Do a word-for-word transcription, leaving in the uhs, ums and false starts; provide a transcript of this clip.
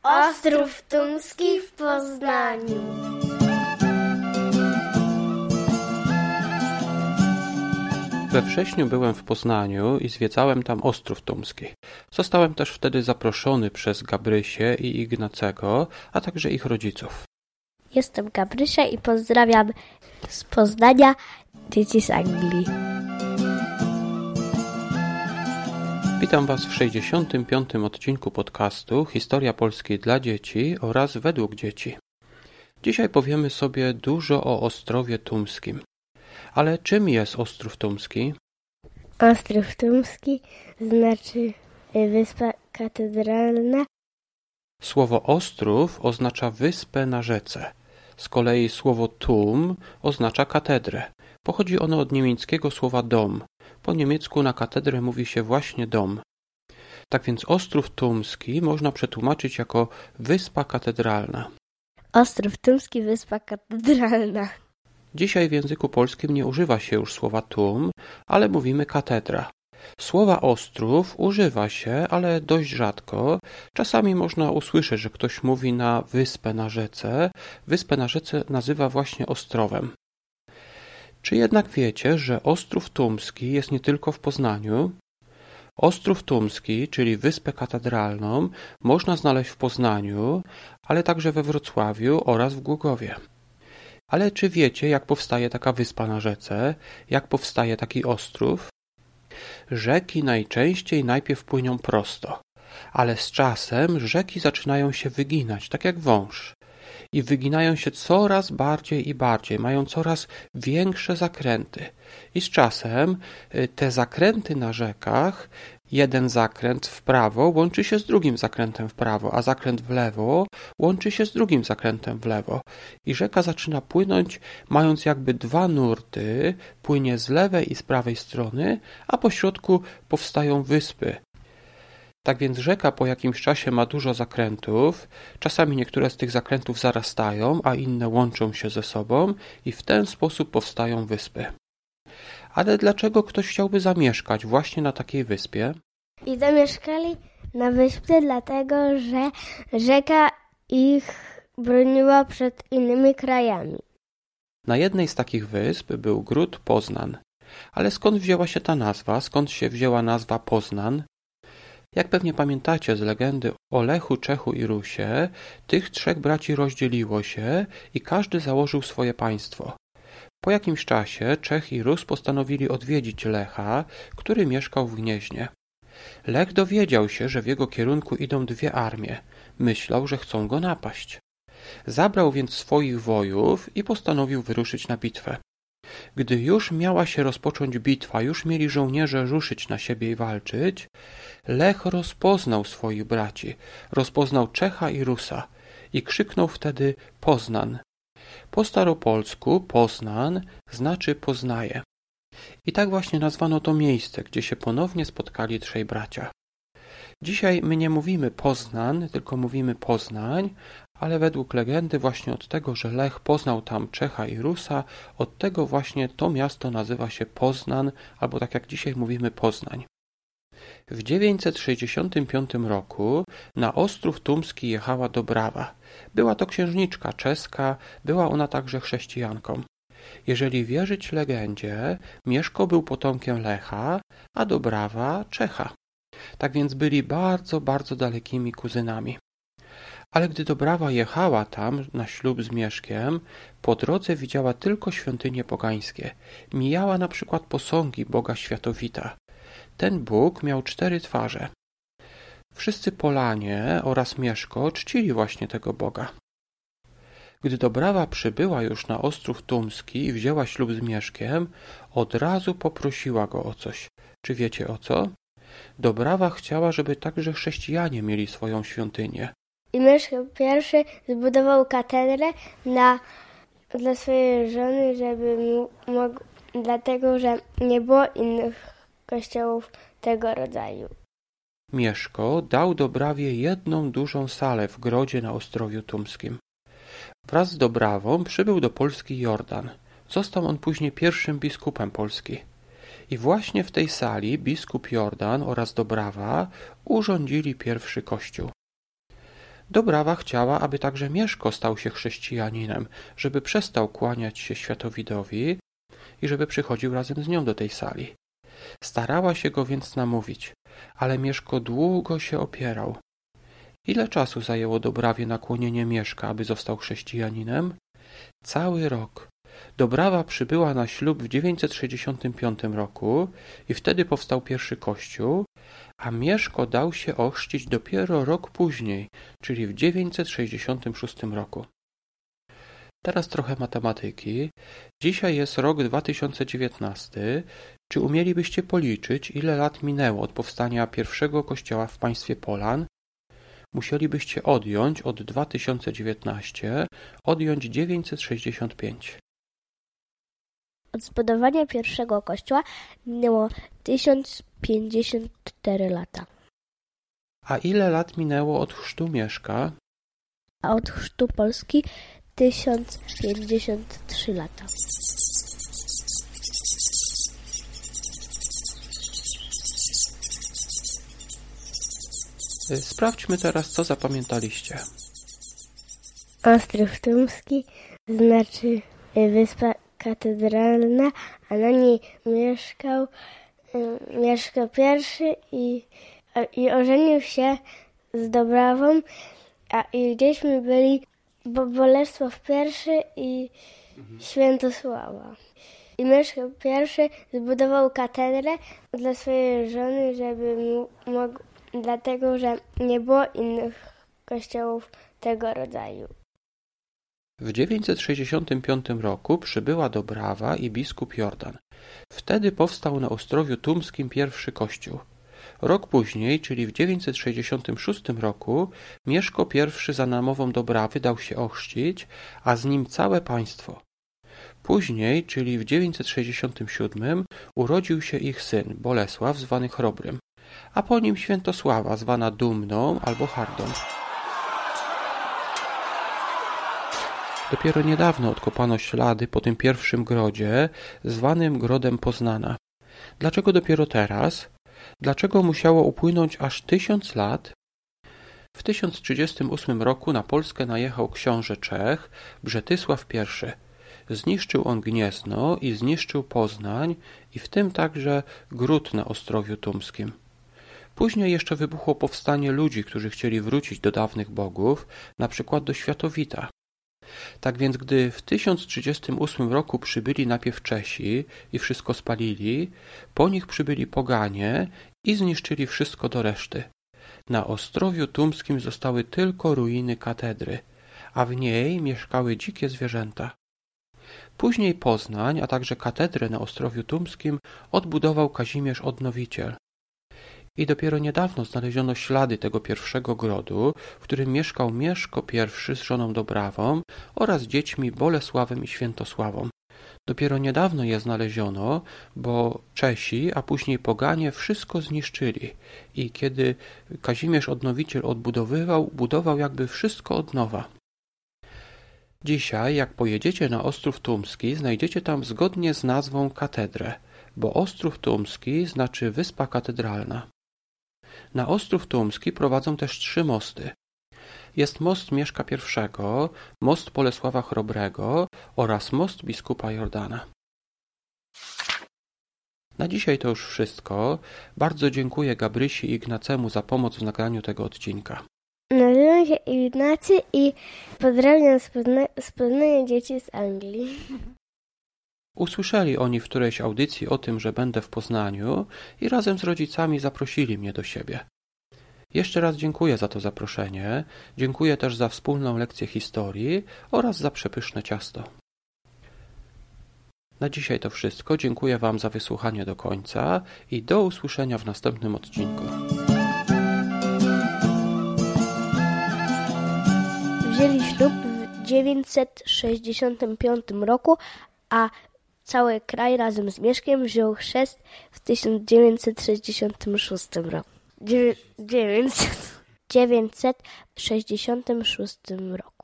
Ostrów Tumski w Poznaniu. We wrześniu byłem w Poznaniu i zwiedzałem tam Ostrów Tumski. Zostałem też wtedy zaproszony przez Gabrysię i Ignacego, a także ich rodziców. Jestem Gabrysia i pozdrawiam z Poznania dzieci z Anglii. Witam Was w sześćdziesiątym piątym odcinku podcastu Historia Polski dla dzieci oraz według dzieci. Dzisiaj powiemy sobie dużo o Ostrowie Tumskim. Ale czym jest Ostrów Tumski? Ostrów Tumski znaczy wyspa katedralna. Słowo Ostrów oznacza wyspę na rzece. Z kolei słowo Tum oznacza katedrę. Pochodzi ono od niemieckiego słowa dom. Po niemiecku na katedrę mówi się właśnie dom. Tak więc Ostrów Tumski można przetłumaczyć jako wyspa katedralna. Ostrów Tumski, wyspa katedralna. Dzisiaj w języku polskim nie używa się już słowa tum, ale mówimy katedra. Słowa ostrów używa się, ale dość rzadko. Czasami można usłyszeć, że ktoś mówi na wyspę na rzece. Wyspę na rzece nazywa właśnie ostrowem. Czy jednak wiecie, że Ostrów Tumski jest nie tylko w Poznaniu? Ostrów Tumski, czyli Wyspę Katedralną, można znaleźć w Poznaniu, ale także we Wrocławiu oraz w Głogowie. Ale czy wiecie, jak powstaje taka wyspa na rzece? Jak powstaje taki ostrów? Rzeki najczęściej najpierw płyną prosto, ale z czasem rzeki zaczynają się wyginać, tak jak wąż. I wyginają się coraz bardziej i bardziej, mają coraz większe zakręty. I z czasem te zakręty na rzekach, jeden zakręt w prawo łączy się z drugim zakrętem w prawo, a zakręt w lewo łączy się z drugim zakrętem w lewo. I rzeka zaczyna płynąć, mając jakby dwa nurty, płynie z lewej i z prawej strony, a po środku powstają wyspy. Tak więc rzeka po jakimś czasie ma dużo zakrętów, czasami niektóre z tych zakrętów zarastają, a inne łączą się ze sobą i w ten sposób powstają wyspy. Ale dlaczego ktoś chciałby zamieszkać właśnie na takiej wyspie? I zamieszkali na wyspie dlatego, że rzeka ich broniła przed innymi krajami. Na jednej z takich wysp był Gród Poznan. Ale skąd wzięła się ta nazwa? Skąd się wzięła nazwa Poznan? Jak pewnie pamiętacie z legendy o Lechu, Czechu i Rusie, tych trzech braci rozdzieliło się i każdy założył swoje państwo. Po jakimś czasie Czech i Rus postanowili odwiedzić Lecha, który mieszkał w Gnieźnie. Lech dowiedział się, że w jego kierunku idą dwie armie. Myślał, że chcą go napaść. Zabrał więc swoich wojów i postanowił wyruszyć na bitwę. Gdy już miała się rozpocząć bitwa, już mieli żołnierze ruszyć na siebie i walczyć, Lech rozpoznał swoich braci, rozpoznał Czecha i Rusa i krzyknął wtedy Poznan. Po staropolsku Poznan znaczy poznaje. I tak właśnie nazwano to miejsce, gdzie się ponownie spotkali trzej bracia. Dzisiaj my nie mówimy Poznan, tylko mówimy Poznań, ale według legendy właśnie od tego, że Lech poznał tam Czecha i Rusa, od tego właśnie to miasto nazywa się Poznan, albo tak jak dzisiaj mówimy Poznań. W dziewięćset sześćdziesiątym piątym roku na Ostrów Tumski jechała Dobrawa. Była to księżniczka czeska, była ona także chrześcijanką. Jeżeli wierzyć legendzie, Mieszko był potomkiem Lecha, a Dobrawa Czecha. Tak więc byli bardzo, bardzo dalekimi kuzynami. Ale gdy Dobrawa jechała tam na ślub z Mieszkiem, po drodze widziała tylko świątynie pogańskie. Mijała na przykład posągi Boga Światowita. Ten Bóg miał cztery twarze. Wszyscy Polanie oraz Mieszko czcili właśnie tego Boga. Gdy Dobrawa przybyła już na Ostrów Tumski i wzięła ślub z Mieszkiem, od razu poprosiła go o coś. Czy wiecie o co? Dobrawa chciała, żeby także chrześcijanie mieli swoją świątynię. I Mieszko pierwszy zbudował katedrę na, dla swojej żony, żeby mógł, dlatego, że nie było innych kościołów tego rodzaju. Mieszko dał Dobrawie jedną dużą salę w grodzie na Ostrowiu Tumskim. Wraz z Dobrawą przybył do Polski Jordan. Został on później pierwszym biskupem Polski. I właśnie w tej sali biskup Jordan oraz Dobrawa urządzili pierwszy kościół. Dobrawa chciała, aby także Mieszko stał się chrześcijaninem, żeby przestał kłaniać się Światowidowi i żeby przychodził razem z nią do tej sali. Starała się go więc namówić, ale Mieszko długo się opierał. Ile czasu zajęło Dobrawie nakłonienie Mieszka, aby został chrześcijaninem? Cały rok. Dobrawa przybyła na ślub w dziewięćset sześćdziesiątym piątym roku i wtedy powstał pierwszy kościół, a Mieszko dał się ochrzcić dopiero rok później, czyli w dziewięćset sześćdziesiątym szóstym roku. Teraz trochę matematyki. Dzisiaj jest rok dwa tysiące dziewiętnasty. Czy umielibyście policzyć, ile lat minęło od powstania pierwszego kościoła w państwie Polan? Musielibyście odjąć od dwa tysiące dziewiętnasty, odjąć dziewięćset sześćdziesiąt pięć. Od zbudowania pierwszego kościoła minęło tysiąc pięćdziesiąt cztery lata. A ile lat minęło od chrztu Mieszka? A od chrztu Polski tysiąc pięćdziesiąt trzy lata. Sprawdźmy teraz, co zapamiętaliście. Ostrów Tumski znaczy wyspa katedralna, a na niej mieszkał Mieszko pierwszy i, i ożenił się z Dobrawą, a i gdzieśmy byli Bo Bolesław pierwszy i Świętosława. I Mieszko pierwszy zbudował katedrę dla swojej żony, żeby mógł, dlatego że nie było innych kościołów tego rodzaju. W dziewięćset sześćdziesiątym piątym roku przybyła Dobrawa i biskup Jordan. Wtedy powstał na Ostrowiu Tumskim pierwszy kościół. Rok później, czyli w dziewięćset sześćdziesiątym szóstym roku, Mieszko pierwszy za namową Dobrawy dał się ochrzcić, a z nim całe państwo. Później, czyli w dziewięćset sześćdziesiątym siódmym, urodził się ich syn, Bolesław, zwany Chrobrym, a po nim Świętosława, zwana Dumną albo Hardą. Dopiero niedawno odkopano ślady po tym pierwszym grodzie, zwanym Grodem Poznana. Dlaczego dopiero teraz? Dlaczego musiało upłynąć aż tysiąc lat? W tysiąc trzydziestym ósmym roku na Polskę najechał książę Czech, Brzetysław pierwszy. Zniszczył on Gniezno i zniszczył Poznań i w tym także Gród na Ostrowiu Tumskim. Później jeszcze wybuchło powstanie ludzi, którzy chcieli wrócić do dawnych bogów, na przykład do Światowita. Tak więc gdy w tysiąc trzydziestym ósmym roku przybyli najpierw Czesi i wszystko spalili, po nich przybyli poganie i zniszczyli wszystko do reszty. Na Ostrowiu Tumskim zostały tylko ruiny katedry, a w niej mieszkały dzikie zwierzęta. Później Poznań, a także katedrę na Ostrowiu Tumskim odbudował Kazimierz Odnowiciel. I dopiero niedawno znaleziono ślady tego pierwszego grodu, w którym mieszkał Mieszko pierwszy z żoną Dobrawą oraz dziećmi Bolesławem i Świętosławą. Dopiero niedawno je znaleziono, bo Czesi, a później poganie wszystko zniszczyli i kiedy Kazimierz Odnowiciel odbudowywał, budował jakby wszystko od nowa. Dzisiaj, jak pojedziecie na Ostrów Tumski, znajdziecie tam zgodnie z nazwą katedrę, bo Ostrów Tumski znaczy wyspa katedralna. Na Ostrów Tumski prowadzą też trzy mosty. Jest most Mieszka pierwszego, most Bolesława Chrobrego oraz most biskupa Jordana. Na dzisiaj to już wszystko. Bardzo dziękuję Gabrysi i Ignacemu za pomoc w nagraniu tego odcinka. Nazywam się Ignacy i pozdrawiam z, Pozna- z Poznania dzieci z Anglii. Usłyszeli oni w którejś audycji o tym, że będę w Poznaniu i razem z rodzicami zaprosili mnie do siebie. Jeszcze raz dziękuję za to zaproszenie, dziękuję też za wspólną lekcję historii oraz za przepyszne ciasto. Na dzisiaj to wszystko, dziękuję Wam za wysłuchanie do końca i do usłyszenia w następnym odcinku. Wzięli ślub w dziewięćset sześćdziesiątym piątym roku, a cały kraj razem z Mieszkiem wziął chrzest w tysiąc dziewięćset sześćdziesiątym szóstym roku. dziewięćset sześćdziesiątym szóstym roku.